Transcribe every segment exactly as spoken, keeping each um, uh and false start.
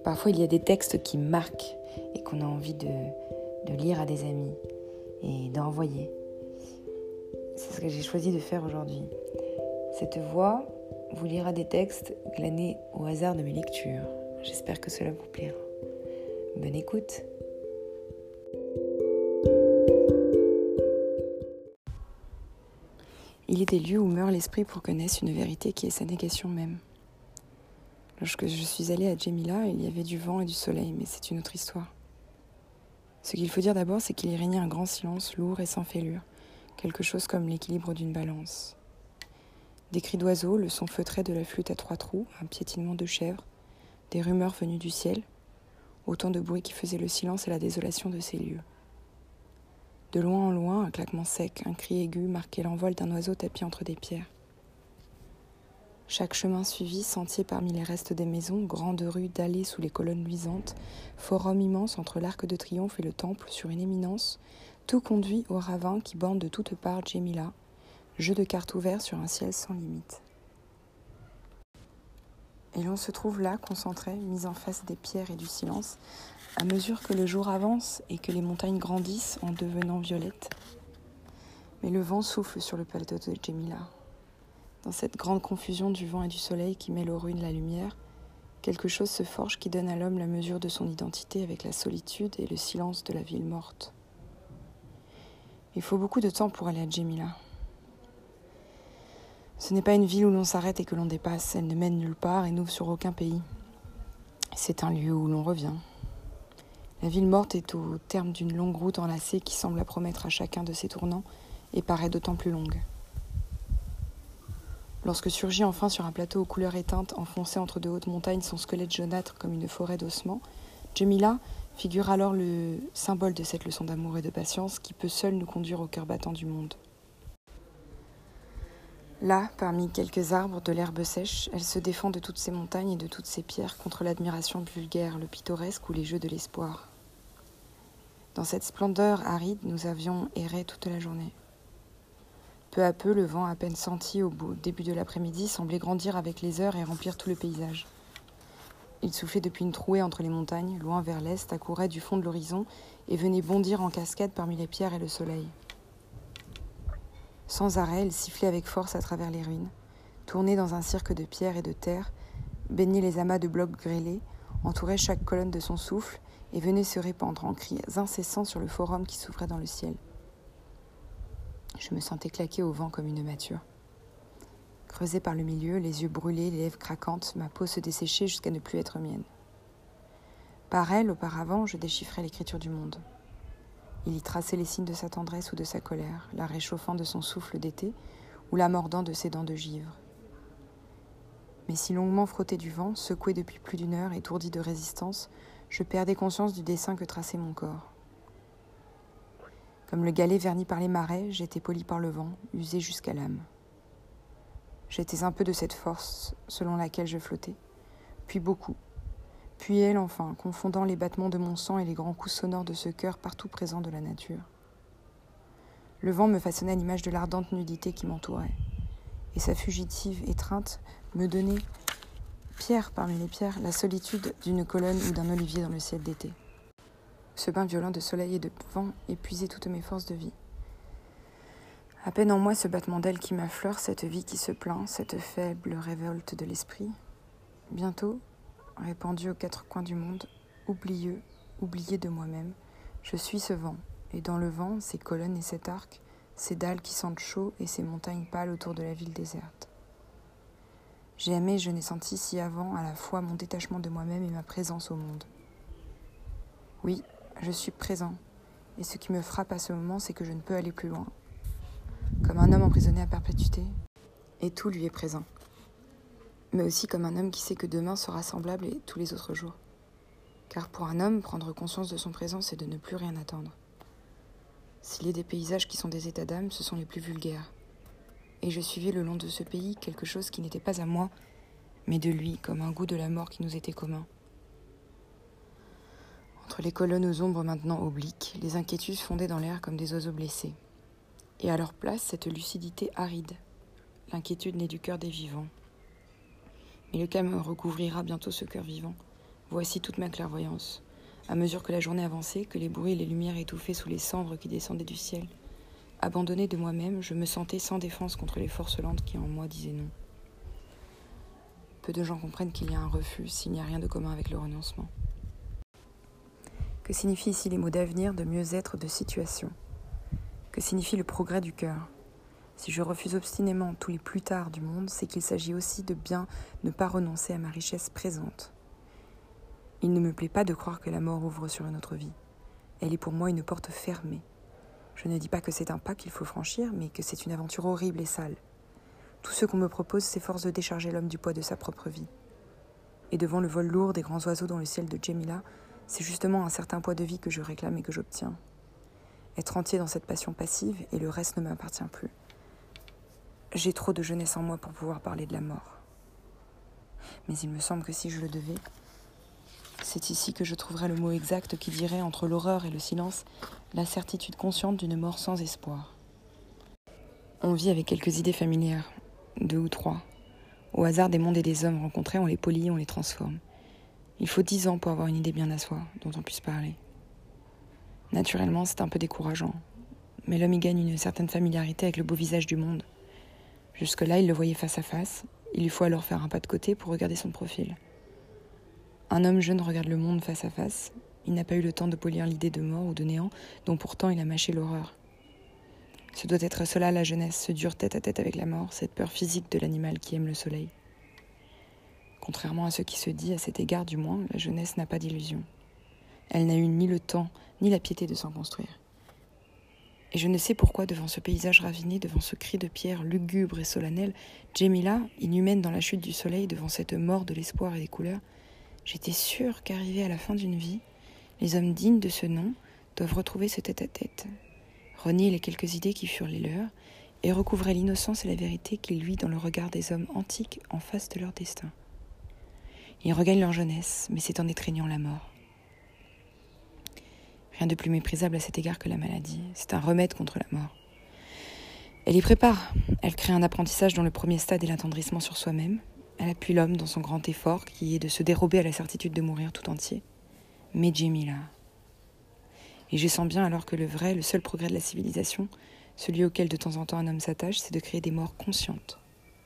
Parfois, il y a des textes qui marquent et qu'on a envie de, de lire à des amis et d'envoyer. C'est ce que j'ai choisi de faire aujourd'hui. Cette voix vous lira des textes glanés au hasard de mes lectures. J'espère que cela vous plaira. Bonne écoute. Il est des lieux où meurt l'esprit pour que naisse une vérité qui est sa négation même. Lorsque je suis allée à Djémila, il y avait du vent et du soleil, mais c'est une autre histoire. Ce qu'il faut dire d'abord, c'est qu'il y régnait un grand silence, lourd et sans fêlure, quelque chose comme l'équilibre d'une balance. Des cris d'oiseaux, le son feutré de la flûte à trois trous, un piétinement de chèvres, des rumeurs venues du ciel, autant de bruits qui faisaient le silence et la désolation de ces lieux. De loin en loin, un claquement sec, un cri aigu marquait l'envol d'un oiseau tapi entre des pierres. Chaque chemin suivi, sentier parmi les restes des maisons, grande rue dallée sous les colonnes luisantes, forum immense entre l'Arc de Triomphe et le temple sur une éminence, tout conduit au ravin qui borde de toutes parts Djémila, jeu de cartes ouvert sur un ciel sans limite. Et l'on se trouve là, concentré, mis en face des pierres et du silence, à mesure que le jour avance et que les montagnes grandissent en devenant violettes. Mais le vent souffle sur le plateau de Djémila. Dans cette grande confusion du vent et du soleil qui mêle aux ruines la lumière, quelque chose se forge qui donne à l'homme la mesure de son identité avec la solitude et le silence de la ville morte. Il faut beaucoup de temps pour aller à Djémila. Ce n'est pas une ville où l'on s'arrête et que l'on dépasse, elle ne mène nulle part et n'ouvre sur aucun pays. C'est un lieu où l'on revient. La ville morte est au terme d'une longue route enlacée qui semble promettre à chacun de ses tournants et paraît d'autant plus longue. Lorsque surgit enfin sur un plateau aux couleurs éteintes, enfoncé entre de hautes montagnes, son squelette jaunâtre comme une forêt d'ossements, Djémila figure alors le symbole de cette leçon d'amour et de patience qui peut seule nous conduire au cœur battant du monde. Là, parmi quelques arbres de l'herbe sèche, elle se défend de toutes ces montagnes et de toutes ces pierres contre l'admiration vulgaire, le pittoresque ou les jeux de l'espoir. Dans cette splendeur aride, nous avions erré toute la journée. Peu à peu, le vent à peine senti au bout, début de l'après-midi semblait grandir avec les heures et remplir tout le paysage. Il soufflait depuis une trouée entre les montagnes, loin vers l'est, accourait du fond de l'horizon et venait bondir en cascade parmi les pierres et le soleil. Sans arrêt, il sifflait avec force à travers les ruines, tournait dans un cirque de pierre et de terre, baignait les amas de blocs grêlés, entourait chaque colonne de son souffle et venait se répandre en cris incessants sur le forum qui s'ouvrait dans le ciel. Je me sentais claquer au vent comme une mâture. Creusée par le milieu, les yeux brûlés, les lèvres craquantes, ma peau se desséchait jusqu'à ne plus être mienne. Par elle, auparavant, je déchiffrais l'écriture du monde. Il y traçait les signes de sa tendresse ou de sa colère, la réchauffant de son souffle d'été ou la mordant de ses dents de givre. Mais si longuement frotté du vent, secoué depuis plus d'une heure, étourdi de résistance, je perdais conscience du dessin que traçait mon corps. Comme le galet verni par les marais, j'étais poli par le vent, usé jusqu'à l'âme. J'étais un peu de cette force selon laquelle je flottais, puis beaucoup, puis elle enfin, confondant les battements de mon sang et les grands coups sonores de ce cœur partout présent de la nature. Le vent me façonnait à l'image de l'ardente nudité qui m'entourait, et sa fugitive étreinte me donnait, pierre parmi les pierres, la solitude d'une colonne ou d'un olivier dans le ciel d'été. Ce bain violent de soleil et de vent épuisait toutes mes forces de vie. À peine en moi ce battement d'aile qui m'affleure, cette vie qui se plaint, cette faible révolte de l'esprit. Bientôt, répandu aux quatre coins du monde, oublieux, oublié de moi-même, je suis ce vent, et dans le vent, ces colonnes et cet arc, ces dalles qui sentent chaud et ces montagnes pâles autour de la ville déserte. J'ai aimé et je n'ai senti si avant à la fois mon détachement de moi-même et ma présence au monde. Oui, je suis présent, et ce qui me frappe à ce moment, c'est que je ne peux aller plus loin. Comme un homme emprisonné à perpétuité, et tout lui est présent. Mais aussi comme un homme qui sait que demain sera semblable et tous les autres jours. Car pour un homme, prendre conscience de son présent, c'est de ne plus rien attendre. S'il y a des paysages qui sont des états d'âme, ce sont les plus vulgaires. Et je suivais le long de ce pays quelque chose qui n'était pas à moi, mais de lui, comme un goût de la mort qui nous était commun. Entre les colonnes aux ombres maintenant obliques, les inquiétudes fondaient dans l'air comme des oiseaux blessés. Et à leur place, cette lucidité aride. L'inquiétude naît du cœur des vivants. Mais le calme recouvrira bientôt ce cœur vivant, Voici toute ma clairvoyance. À mesure que la journée avançait, que les bruits et les lumières étouffaient sous les cendres qui descendaient du ciel, abandonnée de moi-même, je me sentais sans défense contre les forces lentes qui en moi disaient non. Peu de gens comprennent qu'il y a un refus s'il n'y a rien de commun avec le renoncement. Que signifient ici les mots d'avenir, de mieux-être, de situation? Que signifie le progrès du cœur? Si je refuse obstinément tous les plus tard du monde, c'est qu'il s'agit aussi de bien ne pas renoncer à ma richesse présente. Il ne me plaît pas de croire que la mort ouvre sur une autre vie. Elle est pour moi une porte fermée. Je ne dis pas que c'est un pas qu'il faut franchir, mais que c'est une aventure horrible et sale. Tout ce qu'on me propose s'efforce de décharger l'homme du poids de sa propre vie. Et devant le vol lourd des grands oiseaux dans le ciel de Djémila, c'est justement un certain poids de vie que je réclame et que j'obtiens. Être entier dans cette passion passive, et le reste ne m'appartient plus. J'ai trop de jeunesse en moi pour pouvoir parler de la mort. Mais il me semble que si je le devais, c'est ici que je trouverais le mot exact qui dirait, entre l'horreur et le silence, la certitude consciente d'une mort sans espoir. On vit avec quelques idées familières, deux ou trois. Au hasard des mondes et des hommes rencontrés, on les polit, on les transforme. Il faut dix ans pour avoir une idée bien à soi, dont on puisse parler. Naturellement, c'est un peu décourageant, mais l'homme y gagne une certaine familiarité avec le beau visage du monde. Jusque-là, il le voyait face à face, il lui faut alors faire un pas de côté pour regarder son profil. Un homme jeune regarde le monde face à face, il n'a pas eu le temps de polir l'idée de mort ou de néant, dont pourtant il a mâché l'horreur. Ce doit être cela la jeunesse, ce dur tête-à-tête avec la mort, cette peur physique de l'animal qui aime le soleil. Contrairement à ce qui se dit, à cet égard du moins, la jeunesse n'a pas d'illusion. Elle n'a eu ni le temps, ni la piété de s'en construire. Et je ne sais pourquoi, devant ce paysage raviné, devant ce cri de pierre lugubre et solennel, Djémila, inhumaine dans la chute du soleil, devant cette mort de l'espoir et des couleurs, j'étais sûre qu'arrivés à la fin d'une vie, les hommes dignes de ce nom doivent retrouver ce tête-à-tête, renier les quelques idées qui furent les leurs, et recouvrer l'innocence et la vérité qu'ils luisent dans le regard des hommes antiques en face de leur destin. Ils regagnent leur jeunesse, mais c'est en étreignant la mort. Rien de plus méprisable à cet égard que la maladie. C'est un remède contre la mort. Elle y prépare. Elle crée un apprentissage dont le premier stade est l'attendrissement sur soi-même. Elle appuie l'homme dans son grand effort qui est de se dérober à la certitude de mourir tout entier. Mais Djémila. Et je sens bien alors que le vrai, le seul progrès de la civilisation, celui auquel de temps en temps un homme s'attache, c'est de créer des morts conscientes.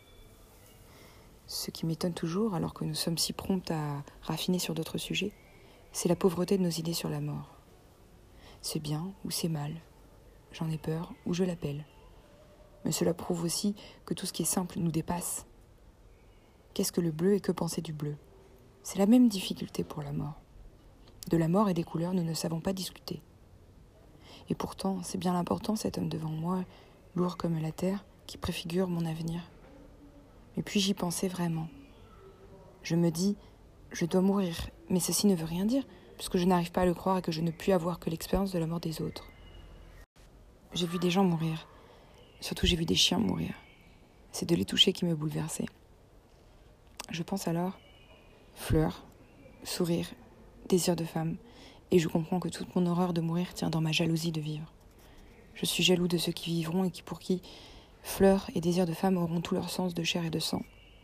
Ce qui m'étonne toujours, alors que nous sommes si prompts à raffiner sur d'autres sujets, c'est la pauvreté de nos idées sur la mort. C'est bien ou c'est mal. J'en ai peur ou je l'appelle. Mais cela prouve aussi que tout ce qui est simple nous dépasse. Qu'est-ce que le bleu et que penser du bleu? C'est la même difficulté pour la mort. De la mort et des couleurs, nous ne savons pas discuter. Et pourtant, c'est bien l'important, cet homme devant moi, lourd comme la terre, qui préfigure mon avenir. Mais puis j'y pensais vraiment. Je me dis, je dois mourir, mais ceci ne veut rien dire, puisque je n'arrive pas à le croire et que je ne puis avoir que l'expérience de la mort des autres. J'ai vu des gens mourir, surtout j'ai vu des chiens mourir. C'est de les toucher qui me bouleversait. Je pense alors, fleurs, sourire, désir de femme, et je comprends que toute mon horreur de mourir tient dans ma jalousie de vivre. Je suis jaloux de ceux qui vivront et qui pour qui fleurs et désir de femme auront tout leur sens de chair et de sang.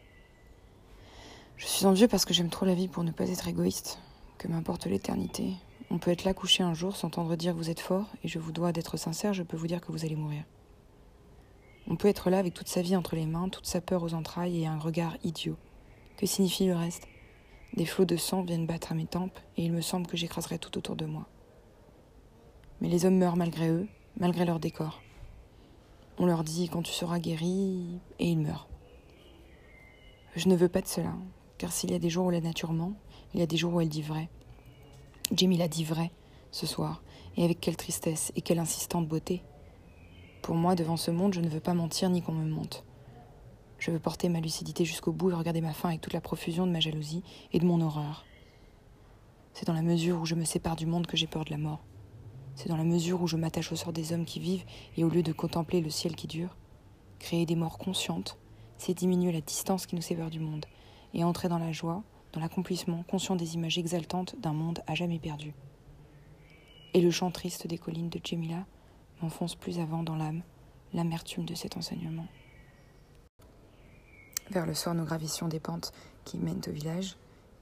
Je suis envieux parce que j'aime trop la vie pour ne pas être égoïste. Que m'importe l'éternité. On peut être là couché un jour, s'entendre dire vous êtes fort, et je vous dois d'être sincère, je peux vous dire que vous allez mourir. On peut être là avec toute sa vie entre les mains, toute sa peur aux entrailles et un regard idiot. Que signifie le reste? Des flots de sang viennent battre à mes tempes, et il me semble que j'écraserai tout autour de moi. Mais les hommes meurent malgré eux, malgré leur décor. On leur dit quand tu seras guéri, et ils meurent. Je ne veux pas de cela, car s'il y a des jours où la nature ment, il y a des jours où elle dit vrai. Djémila dit vrai, ce soir, et avec quelle tristesse et quelle insistante beauté. Pour moi, devant ce monde, je ne veux pas mentir ni qu'on me mente. Je veux porter ma lucidité jusqu'au bout et regarder ma fin avec toute la profusion de ma jalousie et de mon horreur. C'est dans la mesure où je me sépare du monde que j'ai peur de la mort. C'est dans la mesure où je m'attache au sort des hommes qui vivent et au lieu de contempler le ciel qui dure, créer des morts conscientes, c'est diminuer la distance qui nous sépare du monde et entrer dans la joie, dans l'accomplissement conscient des images exaltantes d'un monde à jamais perdu. Et le chant triste des collines de Djémila m'enfonce plus avant dans l'âme l'amertume de cet enseignement. Vers le soir, nous gravissions des pentes qui mènent au village,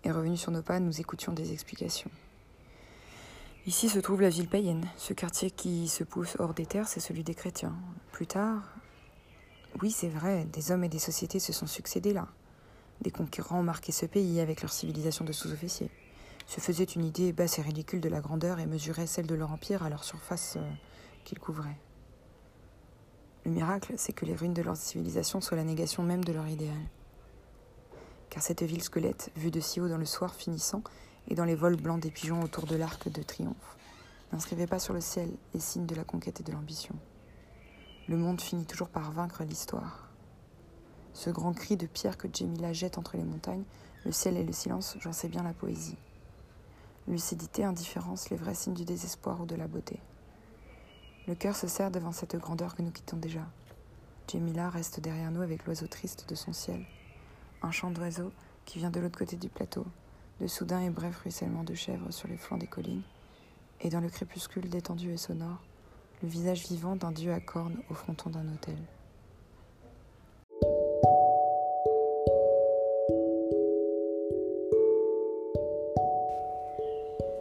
et revenus sur nos pas, nous écoutions des explications. Ici se trouve la ville païenne. Ce quartier qui se pousse hors des terres, c'est celui des chrétiens. Plus tard, oui, c'est vrai, des hommes et des sociétés se sont succédés là. Des conquérants ont marqué ce pays avec leur civilisation de sous-officiers. Se faisaient une idée basse et ridicule de la grandeur et mesuraient celle de leur empire à leur surface euh, qu'ils couvraient. Le miracle, c'est que les ruines de leur civilisation soient la négation même de leur idéal. Car cette ville squelette, vue de si haut dans le soir finissant, et dans les vols blancs des pigeons autour de l'arc de triomphe, n'inscrivait pas sur le ciel les signes de la conquête et de l'ambition. Le monde finit toujours par vaincre l'histoire. Ce grand cri de pierre que Djémila jette entre les montagnes, le ciel et le silence, j'en sais bien la poésie. Lucidité, indifférence, les vrais signes du désespoir ou de la beauté. Le cœur se serre devant cette grandeur que nous quittons déjà. Djémila reste derrière nous avec l'oiseau triste de son ciel. Un chant d'oiseau qui vient de l'autre côté du plateau, de soudain et bref ruissellement de chèvres sur les flancs des collines, et dans le crépuscule détendu et sonore, le visage vivant d'un dieu à cornes au fronton d'un autel.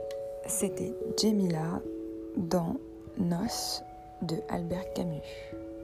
C'était Djémila dans Noces de Albert Camus.